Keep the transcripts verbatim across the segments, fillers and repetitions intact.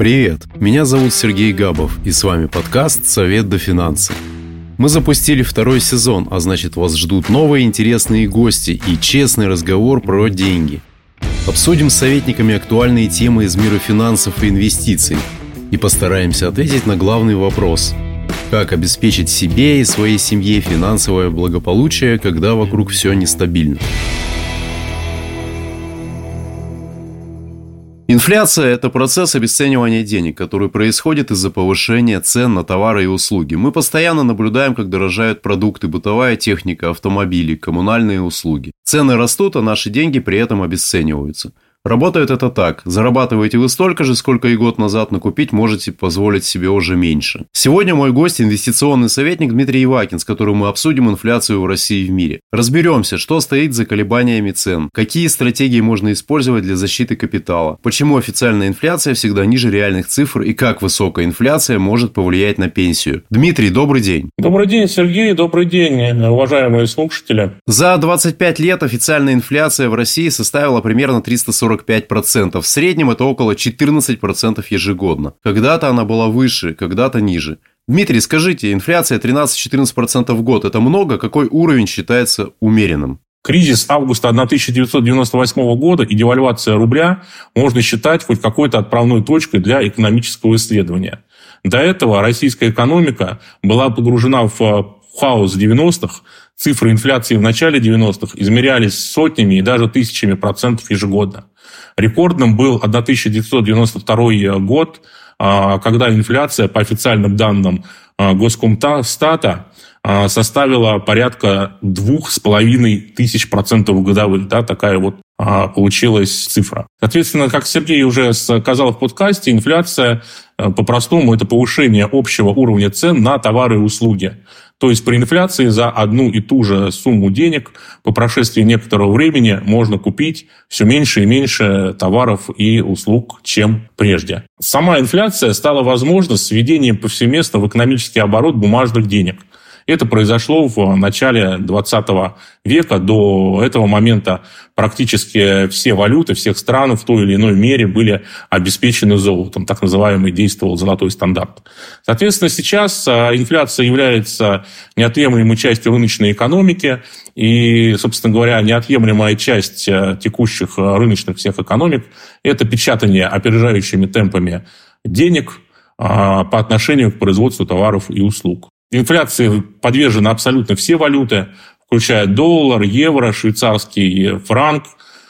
Привет, меня зовут Сергей Габов, и с вами подкаст «Совет до финансы». Мы запустили второй сезон, а значит, вас ждут новые интересные гости и честный разговор про деньги. Обсудим с советниками актуальные темы из мира финансов и инвестиций и постараемся ответить на главный вопрос: как обеспечить себе и своей семье финансовое благополучие, когда вокруг все нестабильно. Инфляция – это процесс обесценивания денег, который происходит из-за повышения цен на товары и услуги. Мы постоянно наблюдаем, как дорожают продукты, бытовая техника, автомобили, коммунальные услуги. Цены растут, а наши деньги при этом обесцениваются. Работает это так: зарабатываете вы столько же, сколько и год назад, но купить можете позволить себе уже меньше. Сегодня мой гость – инвестиционный советник Дмитрий Ивакин, с которым мы обсудим инфляцию в России и в мире. Разберемся, что стоит за колебаниями цен, какие стратегии можно использовать для защиты капитала, почему официальная инфляция всегда ниже реальных цифр и как высокая инфляция может повлиять на пенсию. Дмитрий, добрый день. Добрый день, Сергей, добрый день, уважаемые слушатели. За двадцать пять лет официальная инфляция в России составила примерно триста сорок пять процентов. В среднем это около четырнадцать процентов ежегодно. Когда-то она была выше, когда-то ниже. Дмитрий, скажите, инфляция тринадцать-четырнадцать процентов в год – это много? Какой уровень считается умеренным? Кризис августа тысяча девятьсот девяносто восьмого года и девальвация рубля можно считать хоть какой-то отправной точкой для экономического исследования. До этого российская экономика была погружена в хаос девяностых. Цифры инфляции в начале девяностых измерялись сотнями и даже тысячами процентов ежегодно. Рекордным был тысяча девятьсот девяносто второй год, когда инфляция, по официальным данным Госкомстата, составила порядка двух с половиной тысяч процентов годовых. Да, такая вот получилась цифра. Соответственно, как Сергей уже сказал в подкасте, инфляция по-простому – это повышение общего уровня цен на товары и услуги. То есть при инфляции за одну и ту же сумму денег по прошествии некоторого времени можно купить все меньше и меньше товаров и услуг, чем прежде. Сама инфляция стала возможна с введением повсеместно в экономический оборот бумажных денег. Это произошло в начале двадцатого века. До этого момента практически все валюты всех стран в той или иной мере были обеспечены золотом. Так называемый действовал золотой стандарт. Соответственно, сейчас инфляция является неотъемлемой частью рыночной экономики. И, собственно говоря, неотъемлемая часть текущих рыночных всех экономик – это печатание опережающими темпами денег по отношению к производству товаров и услуг. Инфляции подвержены абсолютно все валюты, включая доллар, евро, швейцарский франк.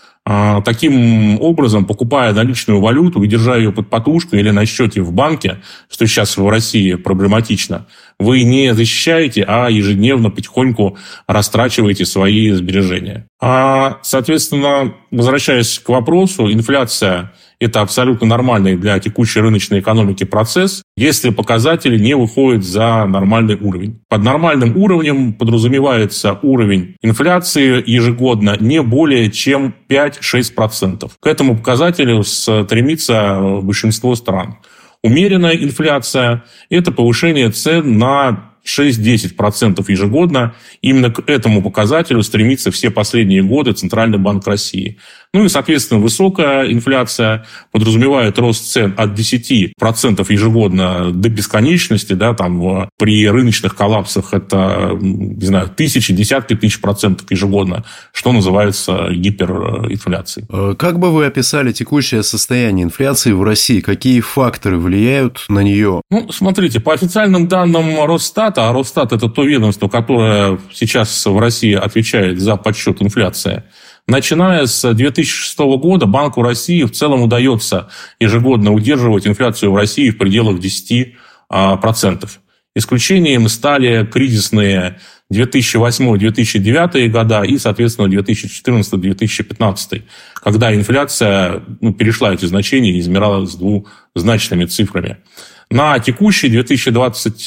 Таким образом, покупая наличную валюту и держа ее под подушкой или на счете в банке, что сейчас в России проблематично, вы не защищаете, а ежедневно потихоньку растрачиваете свои сбережения. А, соответственно, возвращаясь к вопросу, инфляция – это абсолютно нормальный для текущей рыночной экономики процесс, если показатели не выходят за нормальный уровень. Под нормальным уровнем подразумевается уровень инфляции ежегодно не более чем пять-шесть процентов. К этому показателю стремится большинство стран. Умеренная инфляция – это повышение цен на шесть-десять процентов ежегодно. Именно к этому показателю стремится все последние годы Центральный банк России. Ну и, соответственно, высокая инфляция подразумевает рост цен от десяти процентов ежегодно до бесконечности. Да, там, при рыночных коллапсах это, не знаю, тысячи, десятки тысяч процентов ежегодно, что называется гиперинфляцией. Как бы вы описали текущее состояние инфляции в России? Какие факторы влияют на нее? Ну, смотрите, по официальным данным Росстата, а Росстат – это то ведомство, которое сейчас в России отвечает за подсчет инфляции, начиная с две тысячи шестого года Банку России в целом удается ежегодно удерживать инфляцию в России в пределах десяти процентов. Исключением стали кризисные две тысячи восьмой - две тысячи девятый года и, соответственно, две тысячи четырнадцатый - две тысячи пятнадцатый, когда инфляция ну, перешла эти значения и измералась двузначными цифрами. На текущий две тысячи двадцать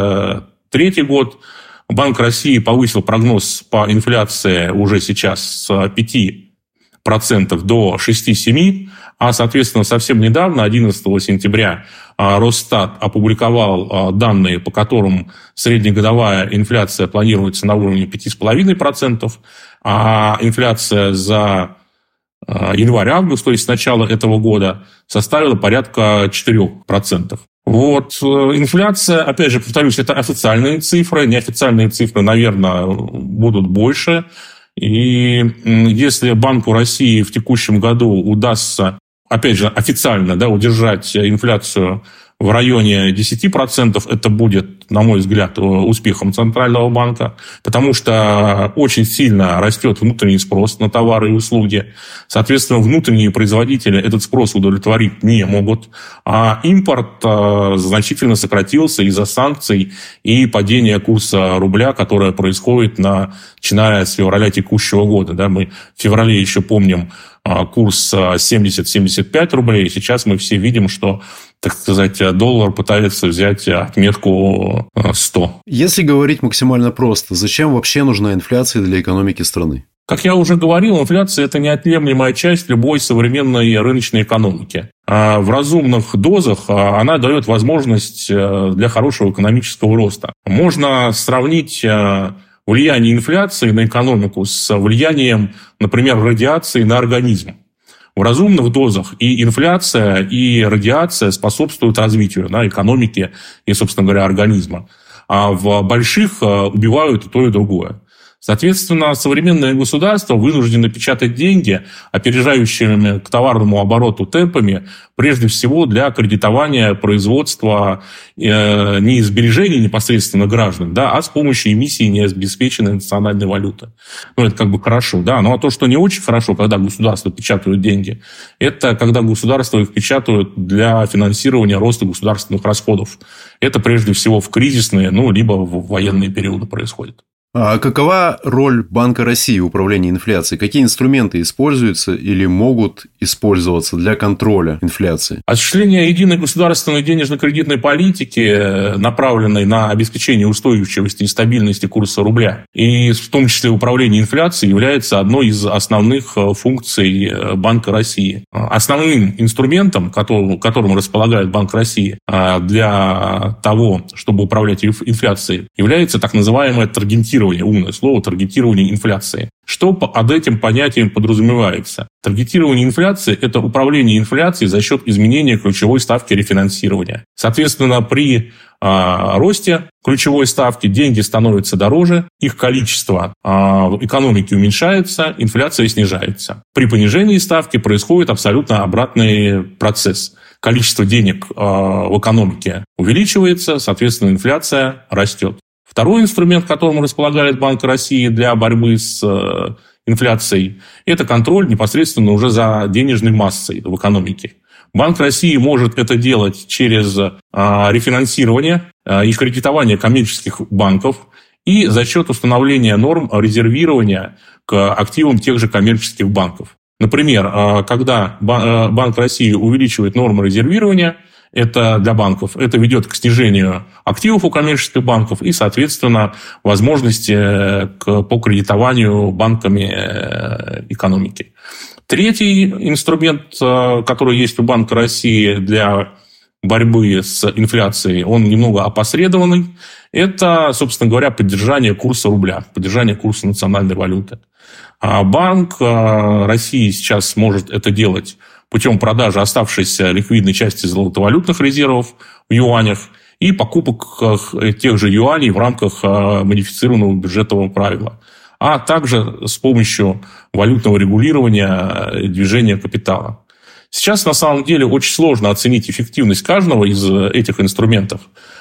третий год Банк России повысил прогноз по инфляции уже сейчас с пяти процентов до шести-семи процентов, а, соответственно, совсем недавно, одиннадцатого сентября, Росстат опубликовал данные, по которым среднегодовая инфляция планируется на уровне пяти целых пяти десятых процента, а инфляция за январь-август, то есть с начала этого года, составила порядка четыре процента. Вот. Инфляция, опять же, повторюсь, это официальные цифры. Неофициальные цифры, наверное, будут больше. И если Банку России в текущем году удастся, опять же, официально, да, удержать инфляцию в районе десять процентов, это будет, на мой взгляд, успехом Центрального банка, потому что очень сильно растет внутренний спрос на товары и услуги. Соответственно, внутренние производители этот спрос удовлетворить не могут, а импорт значительно сократился из-за санкций и падения курса рубля, которое происходит, на, начиная с февраля текущего года. Да, мы в феврале еще помним курс семьдесят - семьдесят пять рублей. Сейчас мы все видим, что, так сказать, доллар пытается взять отметку сто. Если говорить максимально просто, зачем вообще нужна инфляция для экономики страны? Как я уже говорил, инфляция – это неотъемлемая часть любой современной рыночной экономики. В разумных дозах она дает возможность для хорошего экономического роста. Можно сравнить влияние инфляции на экономику с влиянием, например, радиации на организм. В разумных дозах и инфляция, и радиация способствуют развитию, да, экономики и, собственно говоря, организма. А в больших убивают и то, и другое. Соответственно, современное государство вынуждено печатать деньги опережающими к товарному обороту темпами, прежде всего для кредитования производства э, не из сбережений непосредственно граждан, да, а с помощью эмиссии необеспеченной национальной валюты. Ну, это как бы хорошо, да. Ну, а то, что не очень хорошо, когда государство печатают деньги, это когда государство их печатают для финансирования роста государственных расходов. Это прежде всего в кризисные, ну, либо в военные периоды происходит. А какова роль Банка России в управлении инфляцией? Какие инструменты используются или могут использоваться для контроля инфляции? Осуществление единой государственной денежно-кредитной политики, направленной на обеспечение устойчивости и стабильности курса рубля, и в том числе управление инфляцией, является одной из основных функций Банка России. Основным инструментом, которым, которым располагает Банк России для того, чтобы управлять инфляцией, является так называемое таргетирование. Умное слово, таргетирование инфляции. Что под этим понятием подразумевается? Таргетирование инфляции – это управление инфляцией за счет изменения ключевой ставки рефинансирования. Соответственно, при э, росте ключевой ставки деньги становятся дороже, их количество э, в экономике уменьшается, инфляция снижается. При понижении ставки происходит абсолютно обратный процесс. Количество денег э, в экономике увеличивается, соответственно, инфляция растет. Второй инструмент, которым располагает Банк России для борьбы с инфляцией, это контроль непосредственно уже за денежной массой в экономике. Банк России может это делать через рефинансирование и кредитование коммерческих банков и за счет установления норм резервирования к активам тех же коммерческих банков. Например, когда Банк России увеличивает нормы резервирования, это для банков, это ведет к снижению активов у коммерческих банков и, соответственно, возможности к, по кредитованию банками экономики. Третий инструмент, который есть у Банка России для борьбы с инфляцией, он немного опосредованный. Это, собственно говоря, поддержание курса рубля, поддержание курса национальной валюты. Банк России сейчас может это делать путем продажи оставшейся ликвидной части золотовалютных резервов в юанях и покупок тех же юаней в рамках модифицированного бюджетного правила, а также с помощью валютного регулирования движения капитала. Сейчас на самом деле очень сложно оценить эффективность каждого из этих инструментов,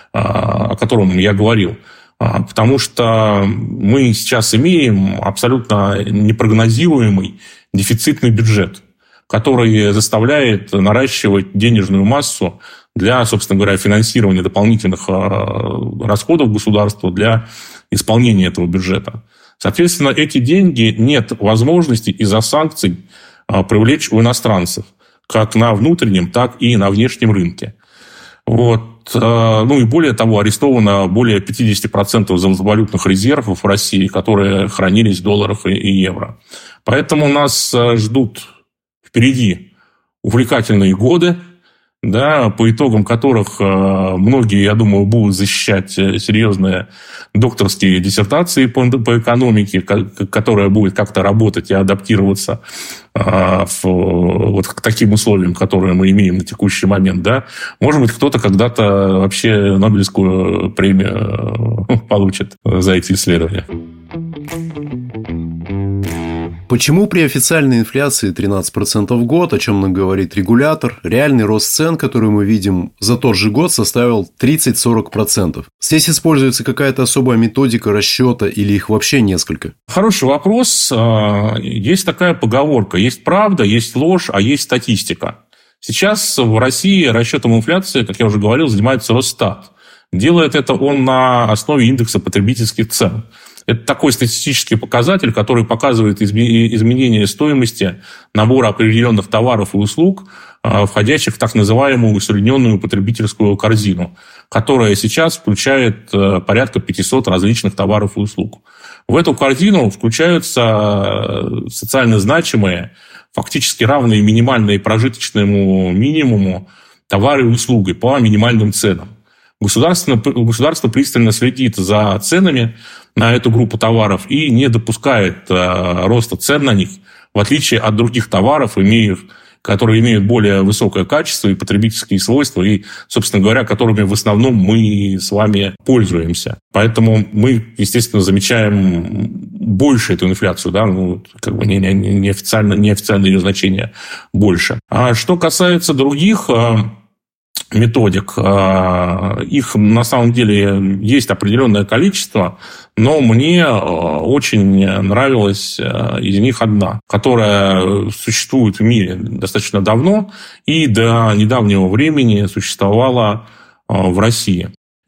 о котором я говорил, потому что мы сейчас имеем абсолютно непрогнозируемый дефицитный бюджет, который заставляет наращивать денежную массу для, собственно говоря, финансирования дополнительных расходов государства для исполнения этого бюджета. Соответственно, эти деньги нет возможности из-за санкций привлечь у иностранцев, как на внутреннем, так и на внешнем рынке. Вот. Ну и более того, арестовано более пятьдесят процентов золотовалютных резервов в России, которые хранились в долларах и евро. Поэтому нас ждут впереди увлекательные годы. да, по итогам которых многие, я думаю, будут защищать серьезные докторские диссертации по, по экономике, которая будет как-то работать и адаптироваться в, вот к таким условиям, которые мы имеем на текущий момент. Да. Может быть, кто-то когда-то вообще Нобелевскую премию получит за эти исследования. Почему при официальной инфляции тринадцать процентов в год, о чем нам говорит регулятор, реальный рост цен, который мы видим за тот же год, составил тридцать-сорок процентов? Здесь используется какая-то особая методика расчета или их вообще несколько? Хороший вопрос. Есть такая поговорка. Есть правда, есть ложь, а есть статистика. Сейчас в России расчетом инфляции, как я уже говорил, занимается Росстат. Делает это он на основе индекса потребительских цен. Это такой статистический показатель, который показывает изменение стоимости набора определенных товаров и услуг, входящих в так называемую усредненную потребительскую корзину, которая сейчас включает порядка пятьсот различных товаров и услуг. В эту корзину включаются социально значимые, фактически равные минимальные прожиточному минимуму товары и услуги по минимальным ценам. Государство, государство пристально следит за ценами на эту группу товаров и не допускает э, роста цен на них, в отличие от других товаров, имеют, которые имеют более высокое качество и потребительские свойства, и, собственно говоря, которыми в основном мы с вами пользуемся. Поэтому мы, естественно, замечаем больше эту инфляцию, да, ну, как бы неофициально, неофициальное ее значение больше. А что касается других э, методик, их на самом деле есть определенное количество, но мне очень нравилась из них одна, которая существует в мире достаточно давно и до недавнего времени существовала в России.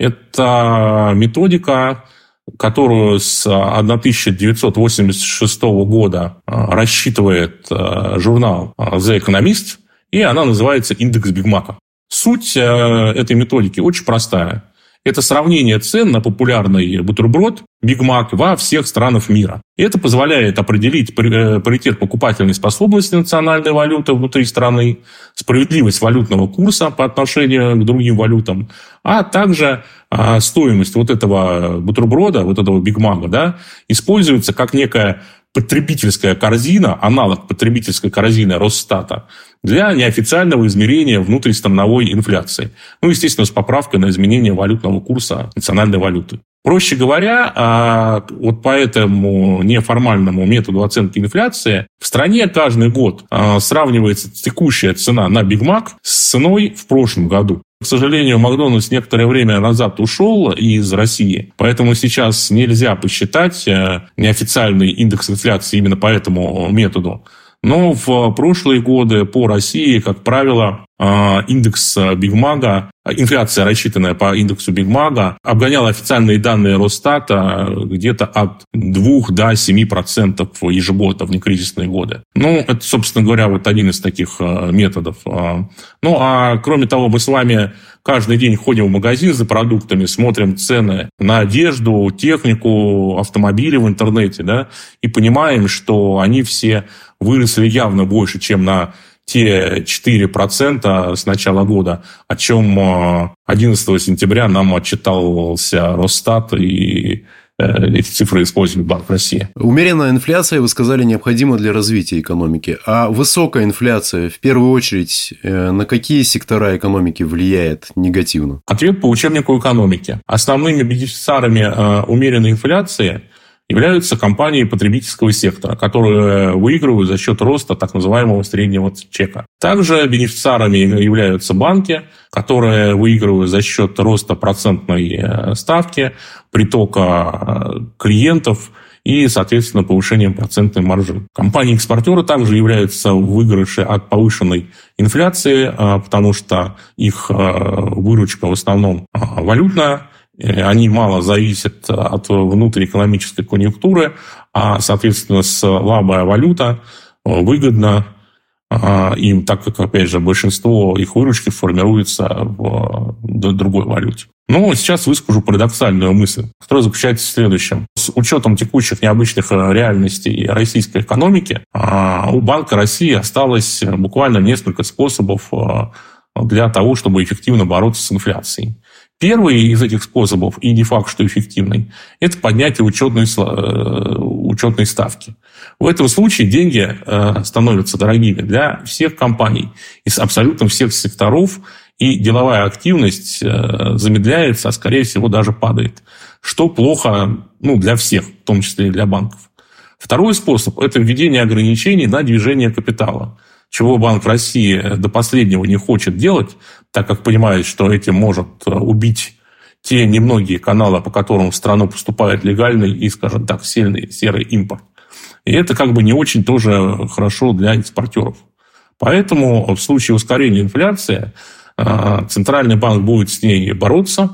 Это методика, которую с тысяча девятьсот восемьдесят шестого года рассчитывает журнал The Economist, и она называется индекс Бигмака. Суть этой методики очень простая. Это сравнение цен на популярный бутерброд Биг Мак во всех странах мира. И это позволяет определить паритет покупательной способности национальной валюты внутри страны, справедливость валютного курса по отношению к другим валютам, а также стоимость вот этого бутерброда, вот этого Биг Мака, да, используется как некая потребительская корзина, аналог потребительской корзины Росстата, для неофициального измерения внутристрановой инфляции. Ну, естественно, с поправкой на изменение валютного курса национальной валюты. Проще говоря, вот по этому неформальному методу оценки инфляции в стране каждый год сравнивается текущая цена на Биг Мак с ценой в прошлом году. К сожалению, Макдональдс некоторое время назад ушел из России, поэтому сейчас нельзя посчитать неофициальный индекс инфляции именно по этому методу. Но в прошлые годы по России, как правило, индекс Биг Мака, инфляция, рассчитанная по индексу Биг Мака, обгоняла официальные данные Росстата где-то от двух до семи процентов ежегодно в некризисные годы. Ну, это, собственно говоря, вот один из таких методов. Ну, а кроме того, мы с вами каждый день ходим в магазин за продуктами, смотрим цены на одежду, технику, автомобили в интернете, да, и понимаем, что они все выросли явно больше, чем на те четыре процента с начала года, о чем одиннадцатого сентября нам отчитался Росстат, и эти цифры использует Банк России. Умеренная инфляция, вы сказали, необходима для развития экономики. А высокая инфляция, в первую очередь, на какие сектора экономики влияет негативно? Ответ по учебнику экономики. Основными бенефициарами умеренной инфляции являются компании потребительского сектора, которые выигрывают за счет роста так называемого среднего чека. Также бенефициарами являются банки, которые выигрывают за счет роста процентной ставки, притока клиентов и, соответственно, повышением процентной маржи. Компании-экспортеры также являются в выигрыше от повышенной инфляции, потому что их выручка в основном валютная. Они мало зависят от внутриэкономической конъюнктуры, а, соответственно, слабая валюта выгодна им, так как, опять же, большинство их выручки формируется в другой валюте. Но сейчас выскажу парадоксальную мысль, которая заключается в следующем. С учетом текущих необычных реальностей российской экономики, у Банка России осталось буквально несколько способов для того, чтобы эффективно бороться с инфляцией. Первый из этих способов, и не факт, что эффективный, это поднятие учетной, учетной ставки. В этом случае деньги становятся дорогими для всех компаний из абсолютно всех секторов, и деловая активность замедляется, а скорее всего даже падает. Что плохо ну, для всех, в том числе и для банков. Второй способ – это введение ограничений на движение капитала, чего Банк России до последнего не хочет делать, так как понимает, что этим может убить те немногие каналы, по которым в страну поступает легальный и, скажем так, сильный серый импорт. И это как бы не очень тоже хорошо для экспортеров. Поэтому в случае ускорения инфляции Центральный банк будет с ней бороться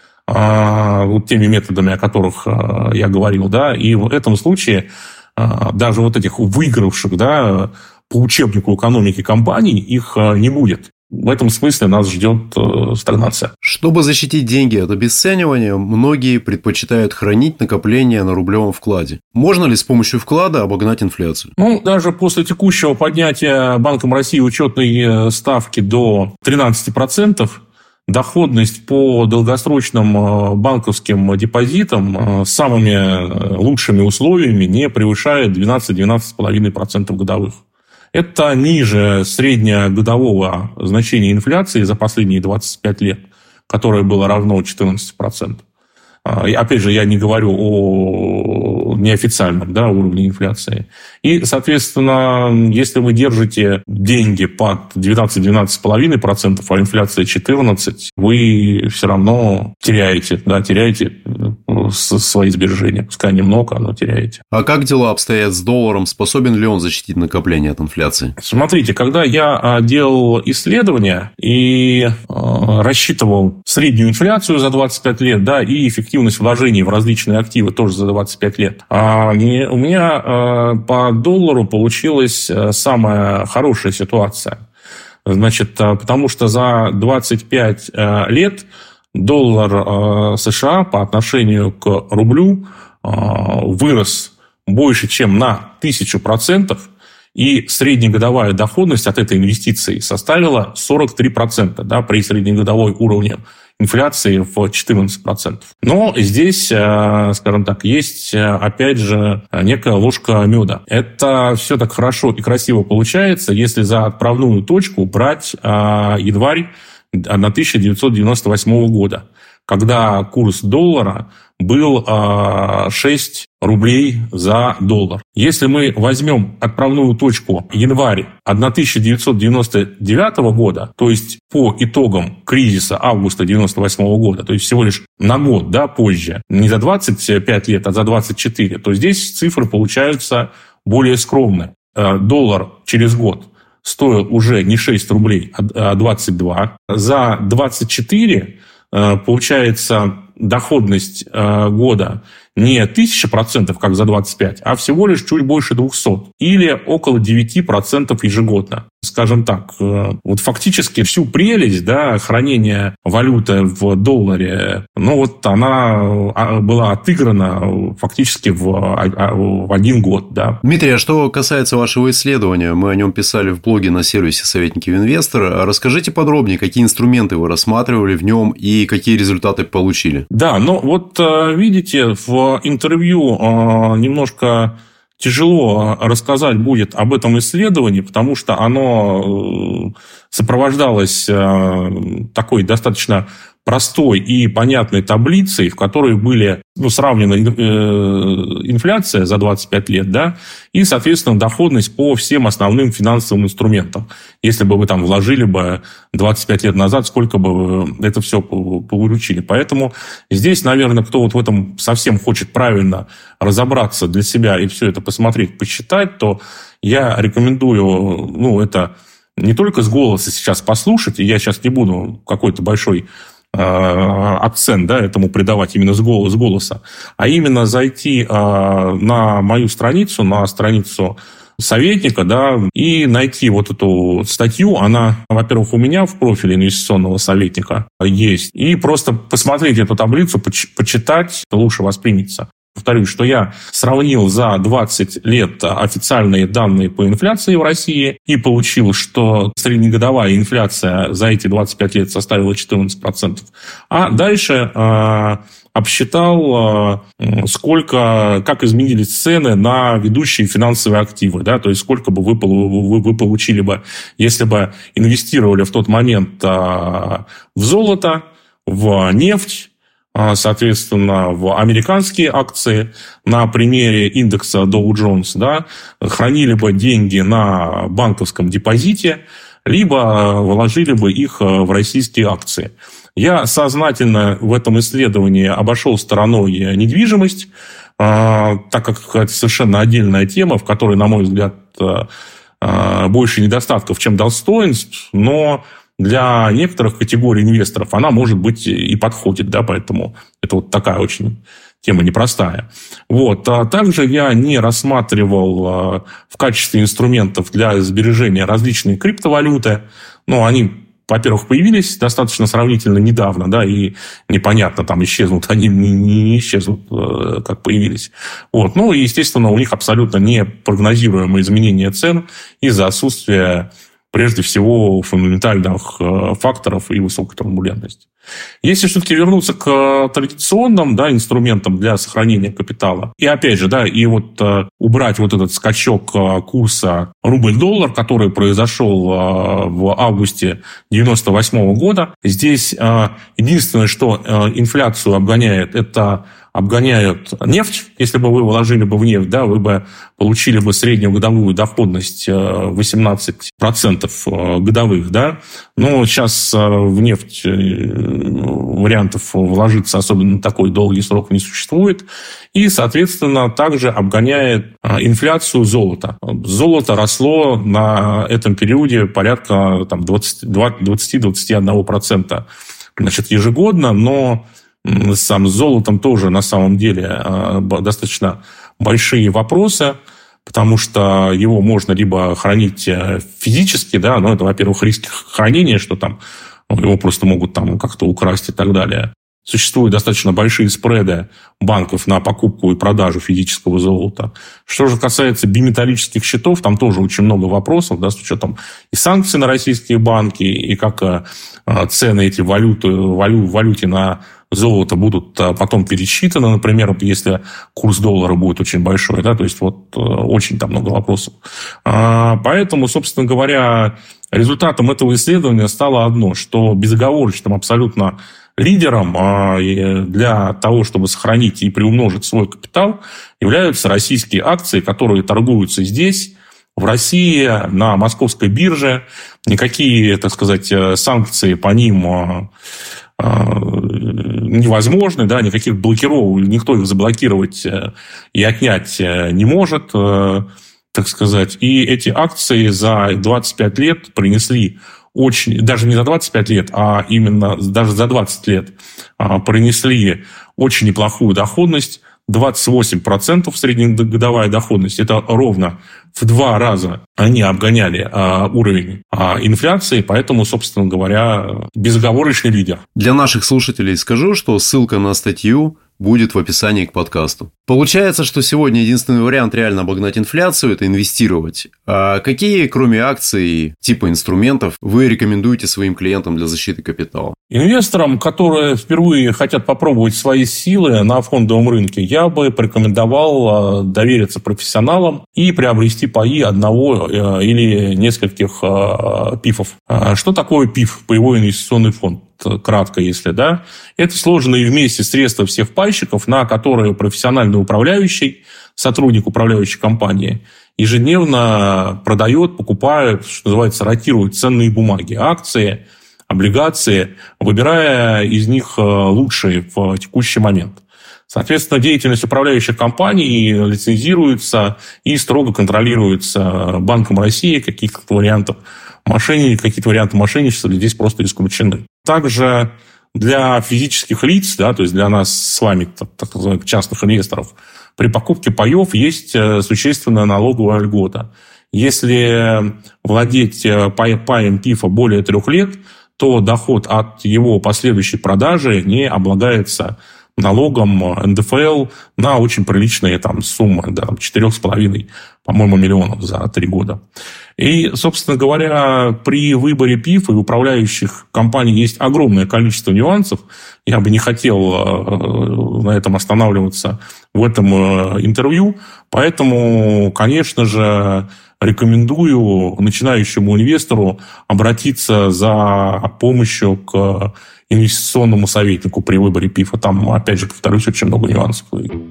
вот теми методами, о которых я говорил, да, и в этом случае даже вот этих выигравших, да, по учебнику экономики компаний их не будет. В этом смысле нас ждет стагнация. Чтобы защитить деньги от обесценивания, многие предпочитают хранить накопления на рублевом вкладе. Можно ли с помощью вклада обогнать инфляцию? Ну, даже после текущего поднятия Банком России учетной ставки до тринадцати процентов, доходность по долгосрочным банковским депозитам с самыми лучшими условиями не превышает двенадцать-двенадцать целых пять десятых процента годовых. Это ниже среднегодового значения инфляции за последние двадцать пять лет, которое было равно четырнадцати процентам. И опять же, я не говорю о неофициальном, да, уровне инфляции. И, соответственно, если вы держите деньги под двенадцать-двенадцать целых пять десятых процента, а инфляция четырнадцать процентов, вы все равно теряете, да, теряете свои сбережения. Пускай немного, но теряете. А как дела обстоят с долларом? Способен ли он защитить накопление от инфляции? Смотрите, когда я делал исследования и рассчитывал среднюю инфляцию за двадцать пять лет, да, и эффективность вложений в различные активы тоже за двадцать пять лет, у меня по доллару получилась самая хорошая ситуация. Значит, потому что за двадцать пять лет доллар США по отношению к рублю вырос больше, чем на тысячу процентов, и среднегодовая доходность от этой инвестиции составила сорок три процента, да, при среднегодовой уровне инфляции в четырнадцать процентов. Но здесь, скажем так, есть, опять же, некая ложка меда. Это все так хорошо и красиво получается, если за отправную точку брать январь тысяча девятьсот девяносто восьмого года, когда курс доллара был шесть рублей за доллар. Если мы возьмем отправную точку январь тысяча девятьсот девяносто девятого года, то есть по итогам кризиса августа девяносто восьмого года, то есть всего лишь на год, да, позже, не за двадцать пять лет, а за двадцать четыре, то здесь цифры получаются более скромные. Доллар через год стоил уже не шесть рублей, а двадцать два. За двадцать четыре получается доходность года не тысяча процентов, как за двадцать пять, а всего лишь чуть больше двухсот. Или около девяти процентов ежегодно. Скажем так, вот фактически всю прелесть, да, хранения валюты в долларе, ну вот она была отыграна фактически в, в один год. Да. Дмитрий, а что касается вашего исследования, мы о нем писали в блоге на сервисе «Советники инвестора». Расскажите подробнее, какие инструменты вы рассматривали в нем и какие результаты получили? Да, ну вот видите, в интервью немножко тяжело рассказать будет об этом исследовании, потому что оно сопровождалось такой достаточно простой и понятной таблицей, в которой были, ну, сравнена инфляция за двадцать пять лет, да, и, соответственно, доходность по всем основным финансовым инструментам. Если бы вы там вложили бы двадцать пять лет назад, сколько бы вы это все получили. Поэтому здесь, наверное, кто вот в этом совсем хочет правильно разобраться для себя и все это посмотреть, посчитать, то я рекомендую, ну, это не только с голоса сейчас послушать, и я сейчас не буду какой-то большой акцент, да, этому придавать именно с голоса, а именно зайти на мою страницу, на страницу советника, да, и найти вот эту статью. Она, во-первых, у меня в профиле инвестиционного советника есть, и просто посмотреть эту таблицу, почитать, лучше воспримется. Повторюсь, что я сравнил за двадцать лет официальные данные по инфляции в России и получил, что среднегодовая инфляция за эти двадцать пять лет составила четырнадцать процентов. А дальше э, обсчитал, э, сколько, как изменились цены на ведущие финансовые активы. Да, то есть, сколько бы вы, вы, вы получили бы, если бы инвестировали в тот момент э, в золото, в нефть, соответственно, в американские акции на примере индекса Dow Jones, да, хранили бы деньги на банковском депозите, либо вложили бы их в российские акции. Я сознательно в этом исследовании обошел стороной недвижимость, так как это совершенно отдельная тема, в которой, на мой взгляд, больше недостатков, чем достоинств, но для некоторых категорий инвесторов она, может быть, и подходит, да, поэтому это вот такая очень тема непростая. Вот. А также я не рассматривал в качестве инструментов для сбережения различные криптовалюты. Ну, они, во-первых, появились достаточно сравнительно недавно, да, и непонятно, там исчезнут они, не, не исчезнут, как появились. Вот. Ну, и, естественно, у них абсолютно непрогнозируемые изменения цен из-за отсутствия прежде всего фундаментальных факторов и высокой турбулентности. Если все-таки вернуться к традиционным, да, инструментам для сохранения капитала, и опять же, да, и вот э, убрать вот этот скачок э, курса рубль-доллар, который произошел э, в августе девяносто восьмого года, здесь э, единственное, что э, инфляцию обгоняет, это обгоняют нефть. Если бы вы вложили бы в нефть, да, вы бы получили бы среднюю годовую доходность восемнадцать процентов годовых. Да? Но сейчас в нефть вариантов вложиться особенно на такой долгий срок не существует. И, соответственно, также обгоняет инфляцию золото. Золото росло на этом периоде порядка там, двадцать-двадцать один процент, значит, ежегодно, но сам с золотом тоже на самом деле достаточно большие вопросы, потому что его можно либо хранить физически, да, но это, во-первых, риски хранения, что там его просто могут там как-то украсть и так далее. Существуют достаточно большие спреды банков на покупку и продажу физического золота. Что же касается биметаллических счетов, там тоже очень много вопросов, да, с учетом и санкций на российские банки, и как цены эти валюты, валю, валюте на золото будут потом пересчитаны, например, если курс доллара будет очень большой, да, то есть вот очень там много вопросов. Поэтому, собственно говоря, результатом этого исследования стало одно, что безоговорочным абсолютно лидером для того, чтобы сохранить и приумножить свой капитал, являются российские акции, которые торгуются здесь, в России, на московской бирже. Никакие, так сказать, санкции по ним невозможны, да, никаких блокировок, никто их заблокировать и отнять не может, так сказать. И эти акции за двадцать пять лет принесли очень, даже не за двадцать пять лет, а именно даже за двадцать лет принесли очень неплохую доходность, двадцать восемь процентов среднегодовая доходность. Это ровно в два раза они обгоняли а, уровень а, инфляции, поэтому, собственно говоря, безоговорочный лидер. Для наших слушателей скажу, что ссылка на статью будет в описании к подкасту. Получается, что сегодня единственный вариант реально обогнать инфляцию – это инвестировать. А какие, кроме акций, типа инструментов, вы рекомендуете своим клиентам для защиты капитала? Инвесторам, которые впервые хотят попробовать свои силы на фондовом рынке, я бы порекомендовал довериться профессионалам и приобрести паи одного или нескольких пифов. Что такое пиф, паевой инвестиционный фонд? Кратко, если, да, это сложенные вместе средства всех пайщиков, на которые профессиональный управляющий, сотрудник управляющей компании, ежедневно продает, покупает, что называется, ротирует ценные бумаги, акции, облигации, выбирая из них лучшие в текущий момент. Соответственно, деятельность управляющих компаний лицензируется и строго контролируется Банком России, каких-то вариантов мошенничества, какие-то варианты мошенничества здесь просто исключены. Также для физических лиц, да, то есть для нас с вами, так, так называемых частных инвесторов, при покупке паев есть существенная налоговая льгота. Если владеть паем пифа более трех лет, то доход от его последующей продажи не облагается налогом эн дэ эф эл на очень приличные там суммы, да, четыре с половиной, по-моему, миллионов за три года. И, собственно говоря, при выборе ПИФ и управляющих компаний есть огромное количество нюансов. Я бы не хотел на этом останавливаться в этом интервью. Поэтому, конечно же, рекомендую начинающему инвестору обратиться за помощью к инвестиционному советнику при выборе ПИФа. Там, опять же, повторюсь, очень много нюансов.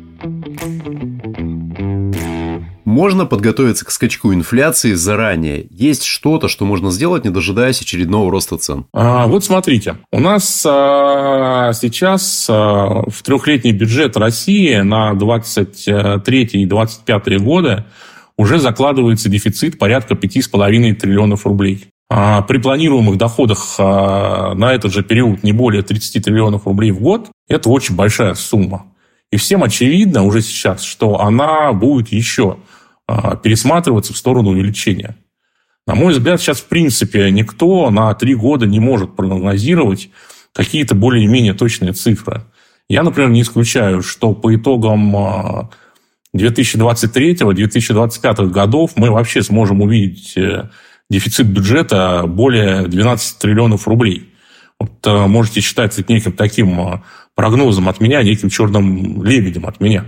Можно подготовиться к скачку инфляции заранее. Есть что-то, что можно сделать, не дожидаясь очередного роста цен? А, вот смотрите. У нас а, сейчас а, в трехлетний бюджет России на двадцать третий и двадцать пятый годы уже закладывается дефицит порядка пять с половиной триллионов рублей. А, при планируемых доходах а, на этот же период не более тридцать триллионов рублей в год, это очень большая сумма. И всем очевидно уже сейчас, что она будет еще пересматриваться в сторону увеличения. На мой взгляд, сейчас, в принципе, никто на три года не может прогнозировать какие-то более-менее точные цифры. Я, например, не исключаю, что по итогам две тысячи двадцать третьего - две тысячи двадцать пятого годов мы вообще сможем увидеть дефицит бюджета более двенадцати триллионов рублей. Вот можете считать это неким таким прогнозом от меня, неким черным лебедем от меня.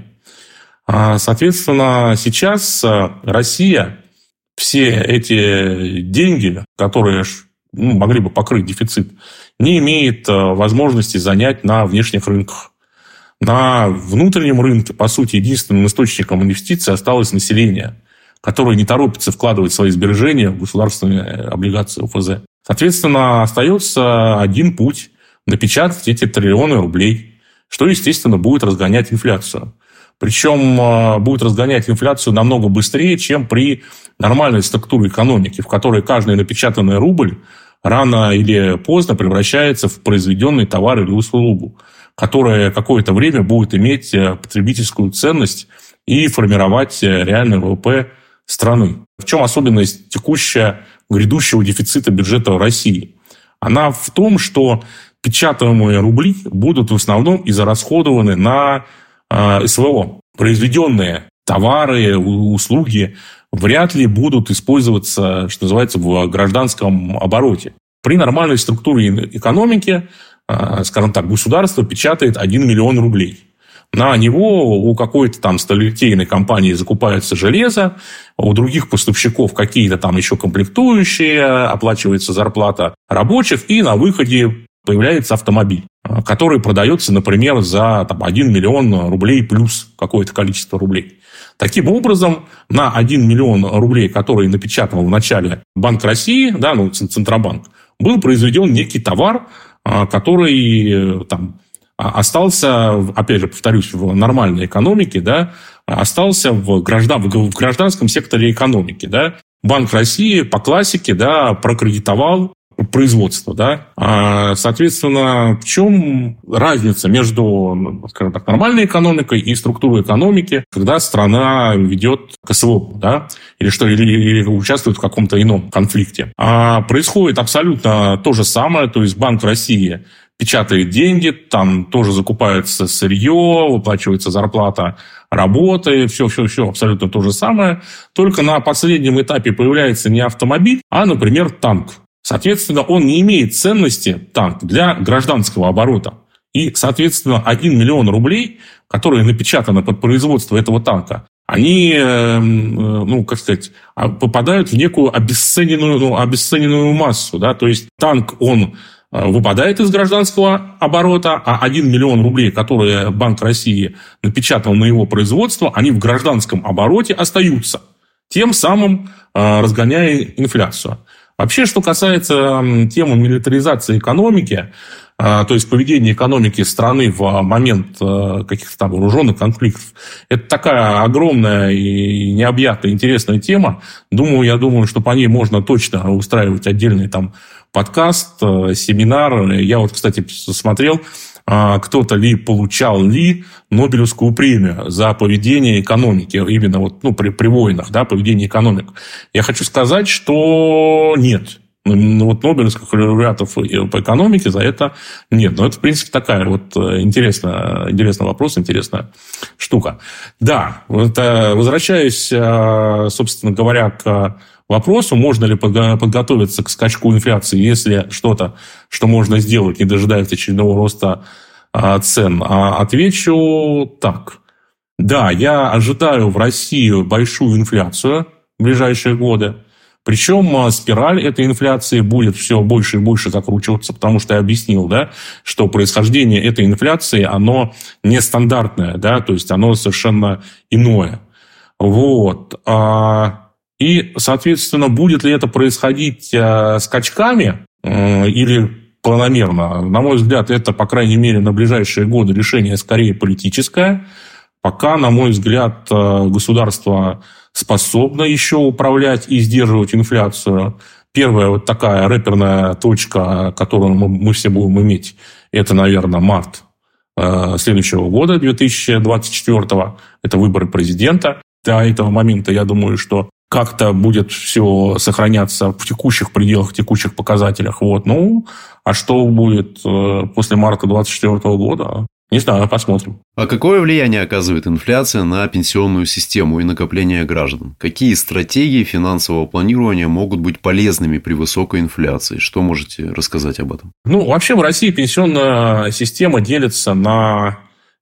Соответственно, сейчас Россия все эти деньги, которые ну, могли бы покрыть дефицит, не имеет возможности занять на внешних рынках. На внутреннем рынке, по сути, единственным источником инвестиций осталось население, которое не торопится вкладывать свои сбережения в государственные облигации о эф зэ. Соответственно, остается один путь – напечатать эти триллионы рублей, что, естественно, будет разгонять инфляцию. Причем будет разгонять инфляцию намного быстрее, чем при нормальной структуре экономики, в которой каждый напечатанный рубль рано или поздно превращается в произведенный товар или услугу, которая какое-то время будет иметь потребительскую ценность и формировать реальный вэ вэ пэ страны. В чем особенность текущего грядущего дефицита бюджета России? Она в том, что печатаемые рубли будут в основном израсходованы на эс вэ о. Произведенные товары, услуги вряд ли будут использоваться, что называется, в гражданском обороте. При нормальной структуре экономики, скажем так, государство печатает один миллион рублей. На него у какой-то там сталелитейной компании закупается железо, у других поставщиков какие-то там еще комплектующие, оплачивается зарплата рабочих, и на выходе появляется автомобиль, который продается, например, за там, один миллион рублей плюс какое-то количество рублей. Таким образом, на один миллион рублей, который напечатал в начале Банк России, да, ну, Центробанк, был произведен некий товар, который там, остался, опять же, повторюсь, в нормальной экономике, да, остался в, граждан, в гражданском секторе экономики. Да. Банк России по классике да, прокредитовал производство, да. Соответственно, в чем разница между, скажем так, нормальной экономикой и структурой экономики, когда страна ведет ка эс вэ о, да, или что, или, или участвует в каком-то ином конфликте. А происходит абсолютно то же самое, то есть Банк России печатает деньги, там тоже закупается сырье, выплачивается зарплата работы, все-все-все абсолютно то же самое, только на последнем этапе появляется не автомобиль, а, например, танк. Соответственно, он не имеет ценности, танк, для гражданского оборота. И, соответственно, один миллион рублей, которые напечатаны под производство этого танка, они, ну, как сказать, попадают в некую обесцененную, ну, обесцененную массу. Да? То есть танк, он выпадает из гражданского оборота, а один миллион рублей, которые Банк России напечатал на его производство, они в гражданском обороте остаются, тем самым разгоняя инфляцию. Вообще, что касается темы милитаризации экономики, то есть поведения экономики страны в момент каких-то там вооруженных конфликтов, это такая огромная и необъятная интересная тема. Думаю, я думаю, что по ней можно точно устраивать отдельный там подкаст, семинар. Я вот, кстати, смотрел, кто-то ли получал ли Нобелевскую премию за поведение экономики, именно вот, ну, при, при войнах, да, поведение экономик. Я хочу сказать, что нет. Но вот нобелевских лауреатов по экономике за это нет. Но это, в принципе, такая вот интересная, интересный вопрос, интересная штука. Да, вот, возвращаясь, собственно говоря, к вопросу, можно ли подготовиться к скачку инфляции, если что-то, что можно сделать, не дожидаясь очередного роста цен, отвечу так. Да, я ожидаю в России большую инфляцию в ближайшие годы. Причем спираль этой инфляции будет все больше и больше закручиваться, потому что я объяснил, да, что происхождение этой инфляции, оно нестандартное, да, то есть оно совершенно иное. Вот. И, соответственно, будет ли это происходить скачками или планомерно? На мой взгляд, это, по крайней мере, на ближайшие годы решение скорее политическое. Пока, на мой взгляд, государство способно еще управлять и сдерживать инфляцию. Первая вот такая рэперная точка, которую мы все будем иметь, это, наверное, март следующего года, две тысячи двадцать четвёртого. Это выборы президента. До этого момента, я думаю, что как-то будет все сохраняться в текущих пределах, в текущих показателях. Вот. Ну, а что будет после марта двадцать четвёртого года? Не знаю, посмотрим. А какое влияние оказывает инфляция на пенсионную систему и накопление граждан? Какие стратегии финансового планирования могут быть полезными при высокой инфляции? Что можете рассказать об этом? Ну, вообще в России пенсионная система делится на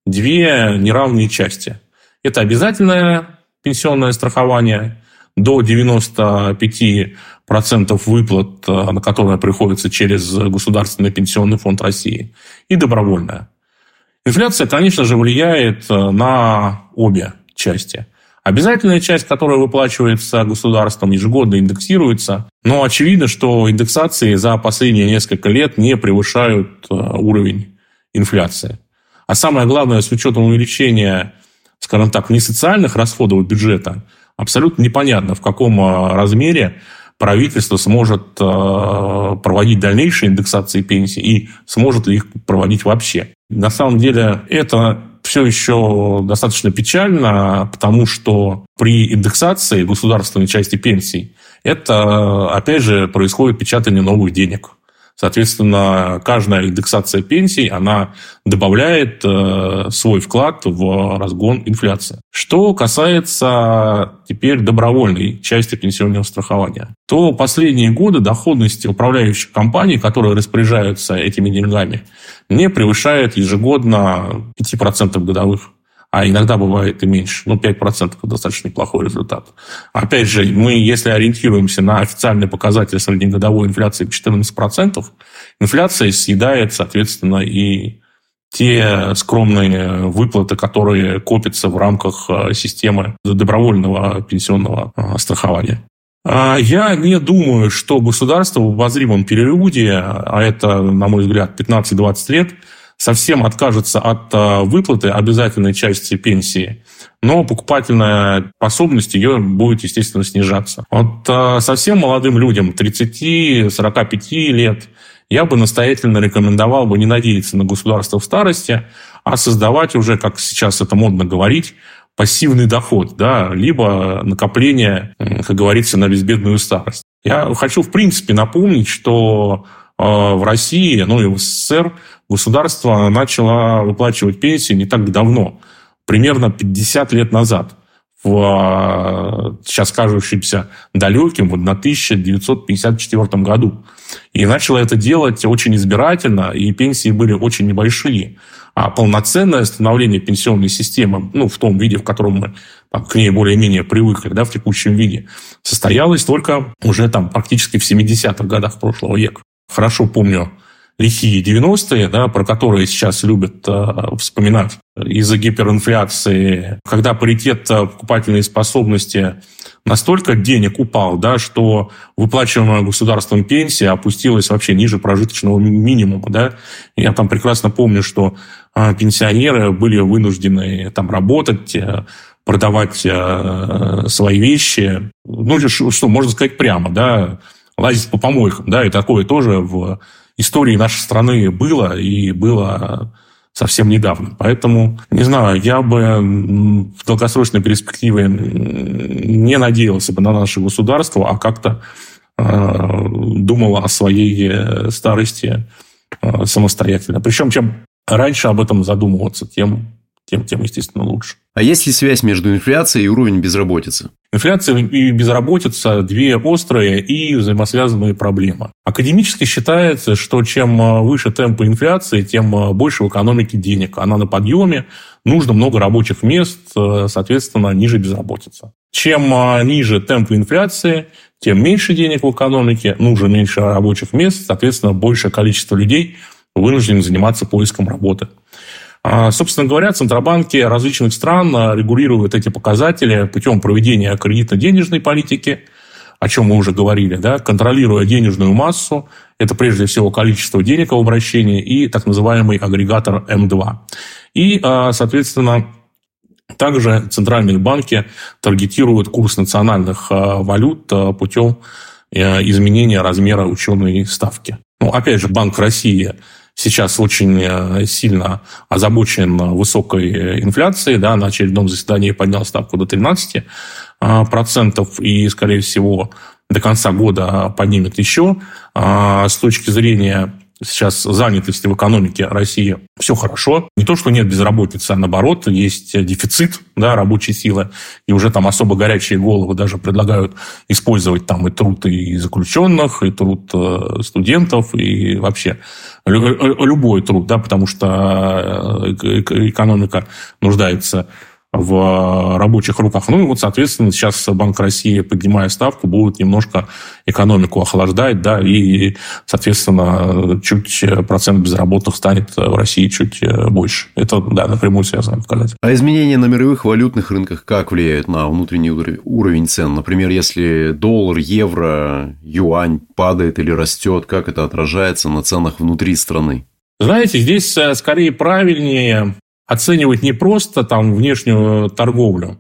две неравные части. Это обязательное пенсионное страхование до девяноста пяти процентов выплат, на которые приходится через Государственный пенсионный фонд России, и добровольное. Инфляция, конечно же, влияет на обе части. Обязательная часть, которая выплачивается государством, ежегодно индексируется, но очевидно, что индексации за последние несколько лет не превышают уровень инфляции. А самое главное, с учетом увеличения, скажем так, несоциальных расходов бюджета, абсолютно непонятно, в каком размере правительство сможет проводить дальнейшие индексации пенсий и сможет ли их проводить вообще. На самом деле это все еще достаточно печально, потому что при индексации государственной части пенсий это, опять же, происходит печатание новых денег. Соответственно, каждая индексация пенсий, она добавляет э, свой вклад в разгон инфляции. Что касается теперь добровольной части пенсионного страхования, то последние годы доходность управляющих компаний, которые распоряжаются этими деньгами, не превышает ежегодно пять процентов годовых. А иногда бывает и меньше. Ну, пять процентов – это достаточно неплохой результат. Опять же, мы, если ориентируемся на официальный показатель среднегодовой инфляции четырнадцать процентов, инфляция съедает, соответственно, и те скромные выплаты, которые копятся в рамках системы добровольного пенсионного страхования. Я не думаю, что государство в обозримом периоде, а это, на мой взгляд, пятнадцать-двадцать лет, совсем откажется от выплаты обязательной части пенсии, но покупательная способность ее будет, естественно, снижаться. Вот совсем молодым людям, тридцати-сорока пяти лет, я бы настоятельно рекомендовал бы не надеяться на государство в старости, а создавать уже, как сейчас это модно говорить, пассивный доход, да, либо накопление, как говорится, на безбедную старость. Я хочу, в принципе, напомнить, что в России, ну и в СССР государство начало выплачивать пенсии не так давно, примерно пятьдесят лет назад, в сейчас кажущемся далеким, в тысяча девятьсот пятьдесят четвёртом году. И начало это делать очень избирательно, и пенсии были очень небольшие. А полноценное становление пенсионной системы, ну, в том виде, в котором мы там, к ней более-менее привыкли, да, в текущем виде, состоялось только уже там практически в семидесятых годах прошлого века. Хорошо помню лихие девяностые, да, про которые сейчас любят э, вспоминать из-за гиперинфляции, когда паритет покупательной способности настолько денег упал, да, что выплачиваемая государством пенсия опустилась вообще ниже прожиточного минимума. Да. Я там прекрасно помню, что э, пенсионеры были вынуждены там работать, э, продавать э, свои вещи. Ну, что, можно сказать прямо, да, лазить по помойкам. Да, и такое тоже в истории нашей страны было, и было совсем недавно. Поэтому, не знаю, я бы в долгосрочной перспективе не надеялся бы на наше государство, а как-то думала о своей старости самостоятельно. Причем, чем раньше об этом задумываться, тем, тем, тем, естественно, лучше. А есть ли связь между инфляцией и уровнем безработицы? Инфляция и безработица – две острые и взаимосвязанные проблемы. Академически считается, что чем выше темпы инфляции, тем больше в экономике денег. Она на подъеме, нужно много рабочих мест, соответственно, ниже безработица. Чем ниже темпы инфляции, тем меньше денег в экономике, нужно меньше рабочих мест, соответственно, большее количество людей вынуждены заниматься поиском работы. Собственно говоря, центробанки различных стран регулируют эти показатели путем проведения кредитно-денежной политики, о чем мы уже говорили, да, контролируя денежную массу, это прежде всего количество денег в обращении и так называемый агрегатор эм два. И, соответственно, также центральные банки таргетируют курс национальных валют путем изменения размера учетной ставки. Ну, опять же, Банк России сейчас очень сильно озабочен высокой инфляцией. Да, на очередном заседании поднял ставку до тринадцати процентов и, скорее всего, до конца года поднимет еще. С точки зрения сейчас занятости в экономике России все хорошо. Не то, что нет безработицы, а наоборот, есть дефицит, да, рабочей силы. И уже там особо горячие головы даже предлагают использовать там и труд и заключенных, и труд студентов, и вообще любой труд, да, потому что экономика нуждается в рабочих руках. Ну и вот, соответственно, сейчас Банк России, поднимая ставку, будет немножко экономику охлаждать, да, и, соответственно, чуть процент безработных станет в России чуть больше. Это, да, напрямую связано показать. А изменения на мировых валютных рынках как влияют на внутренний уровень цен? Например, если доллар, евро, юань падает или растет, как это отражается на ценах внутри страны? Знаете, здесь скорее правильнее оценивать не просто там внешнюю торговлю,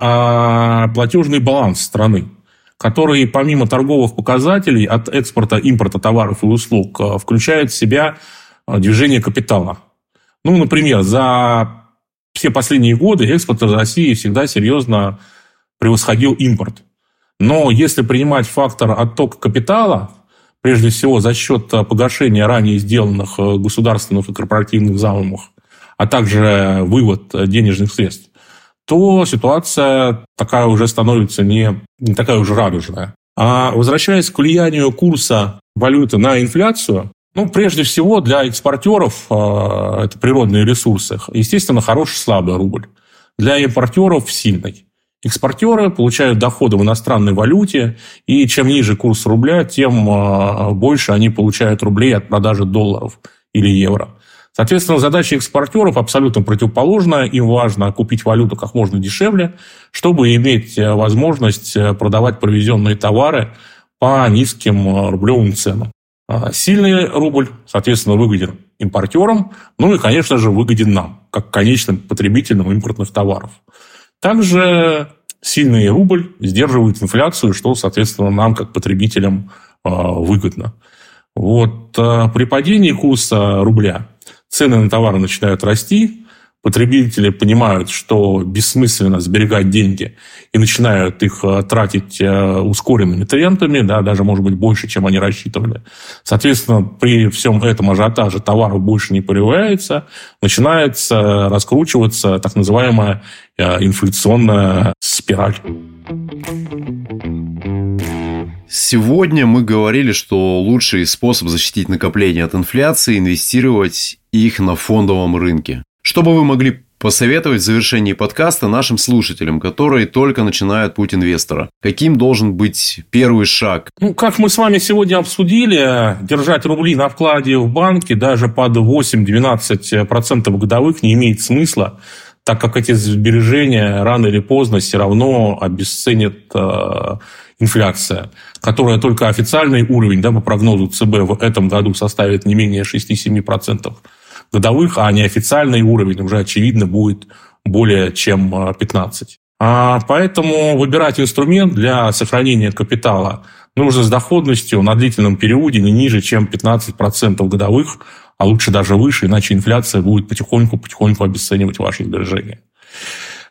а платежный баланс страны, который помимо торговых показателей от экспорта, импорта товаров и услуг включает в себя движение капитала. Ну, например, за все последние годы экспорт из России всегда серьезно превосходил импорт. Но если принимать фактор оттока капитала, прежде всего за счет погашения ранее сделанных государственных и корпоративных займов, а также вывод денежных средств, то ситуация такая уже становится не, не такая уже радужная. А возвращаясь к влиянию курса валюты на инфляцию, ну, прежде всего для экспортеров, это природные ресурсы, естественно, хороший слабый рубль. Для импортеров сильный. Экспортеры получают доходы в иностранной валюте, и чем ниже курс рубля, тем больше они получают рублей от продажи долларов или евро. Соответственно, задача экспортеров абсолютно противоположная. Им важно купить валюту как можно дешевле, чтобы иметь возможность продавать привезенные товары по низким рублевым ценам. Сильный рубль, соответственно, выгоден импортерам, ну и, конечно же, выгоден нам, как конечным потребителям импортных товаров. Также сильный рубль сдерживает инфляцию, что, соответственно, нам, как потребителям, выгодно. Вот при падении курса рубля цены на товары начинают расти, потребители понимают, что бессмысленно сберегать деньги и начинают их тратить ускоренными темпами, да, даже, может быть, больше, чем они рассчитывали. Соответственно, при всем этом ажиотаже товаров больше не появляется, начинается раскручиваться так называемая инфляционная спираль. Сегодня мы говорили, что лучший способ защитить накопления от инфляции – инвестировать их на фондовом рынке. Что бы вы могли посоветовать в завершении подкаста нашим слушателям, которые только начинают путь инвестора? Каким должен быть первый шаг? Ну, как мы с вами сегодня обсудили, держать рубли на вкладе в банке даже под восемь-двенадцать процентов годовых не имеет смысла, так как эти сбережения рано или поздно все равно обесценит э, инфляция, которая только официальный уровень, да, по прогнозу ЦБ в этом году составит не менее шесть-семь процентов годовых, а неофициальный уровень уже, очевидно, будет более чем пятнадцать процентов. А поэтому выбирать инструмент для сохранения капитала нужно с доходностью на длительном периоде не ниже, чем пятнадцать процентов годовых, а лучше даже выше, иначе инфляция будет потихоньку-потихоньку обесценивать ваши сбережения.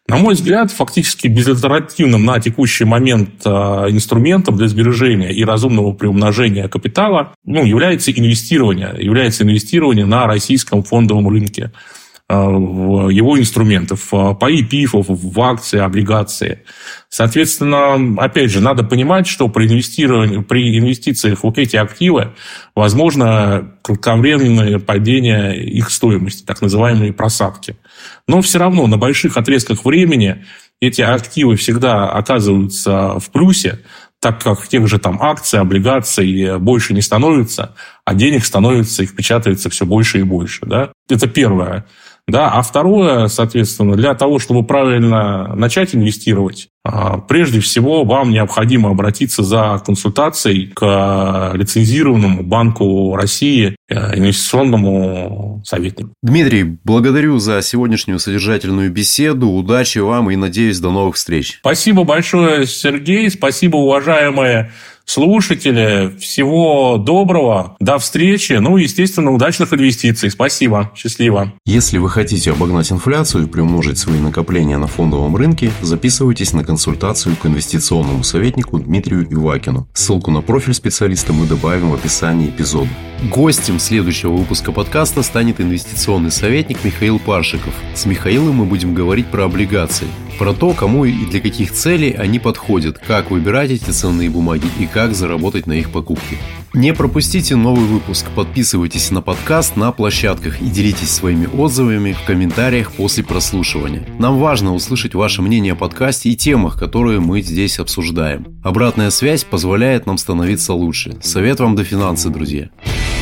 На мой взгляд, фактически безальтернативным на текущий момент инструментом для сбережения и разумного приумножения капитала ну, является инвестирование, является инвестирование на российском фондовом рынке. В его инструментов, паи, пифов, в акции, облигации. Соответственно, опять же, надо понимать, что при инвестировании, при инвестициях в эти активы возможно кратковременное падение их стоимости, так называемые просадки. Но все равно на больших отрезках времени эти активы всегда оказываются в плюсе, так как тех же там акций, облигаций больше не становится, а денег становится, их печатается все больше и больше. Да? Это первое. Да, а второе, соответственно, для того, чтобы правильно начать инвестировать, прежде всего вам необходимо обратиться за консультацией к лицензированному Банку России инвестиционному советнику. Дмитрий, благодарю за сегодняшнюю содержательную беседу. Удачи вам и, надеюсь, до новых встреч. Спасибо большое, Сергей. Спасибо, уважаемые слушатели. Всего доброго. До встречи. Ну и, естественно, удачных инвестиций. Спасибо. Счастливо. Если вы хотите обогнать инфляцию и приумножить свои накопления на фондовом рынке, записывайтесь на консультацию к инвестиционному советнику Дмитрию Ивакину. Ссылку на профиль специалиста мы добавим в описании эпизода. Гостем следующего выпуска подкаста станет инвестиционный советник Михаил Паршиков. С Михаилом мы будем говорить про облигации. Про то, кому и для каких целей они подходят, как выбирать эти ценные бумаги и как заработать на их покупке. Не пропустите новый выпуск, подписывайтесь на подкаст на площадках и делитесь своими отзывами в комментариях после прослушивания. Нам важно услышать ваше мнение о подкасте и темах, которые мы здесь обсуждаем. Обратная связь позволяет нам становиться лучше. Совет вам до финансы, друзья!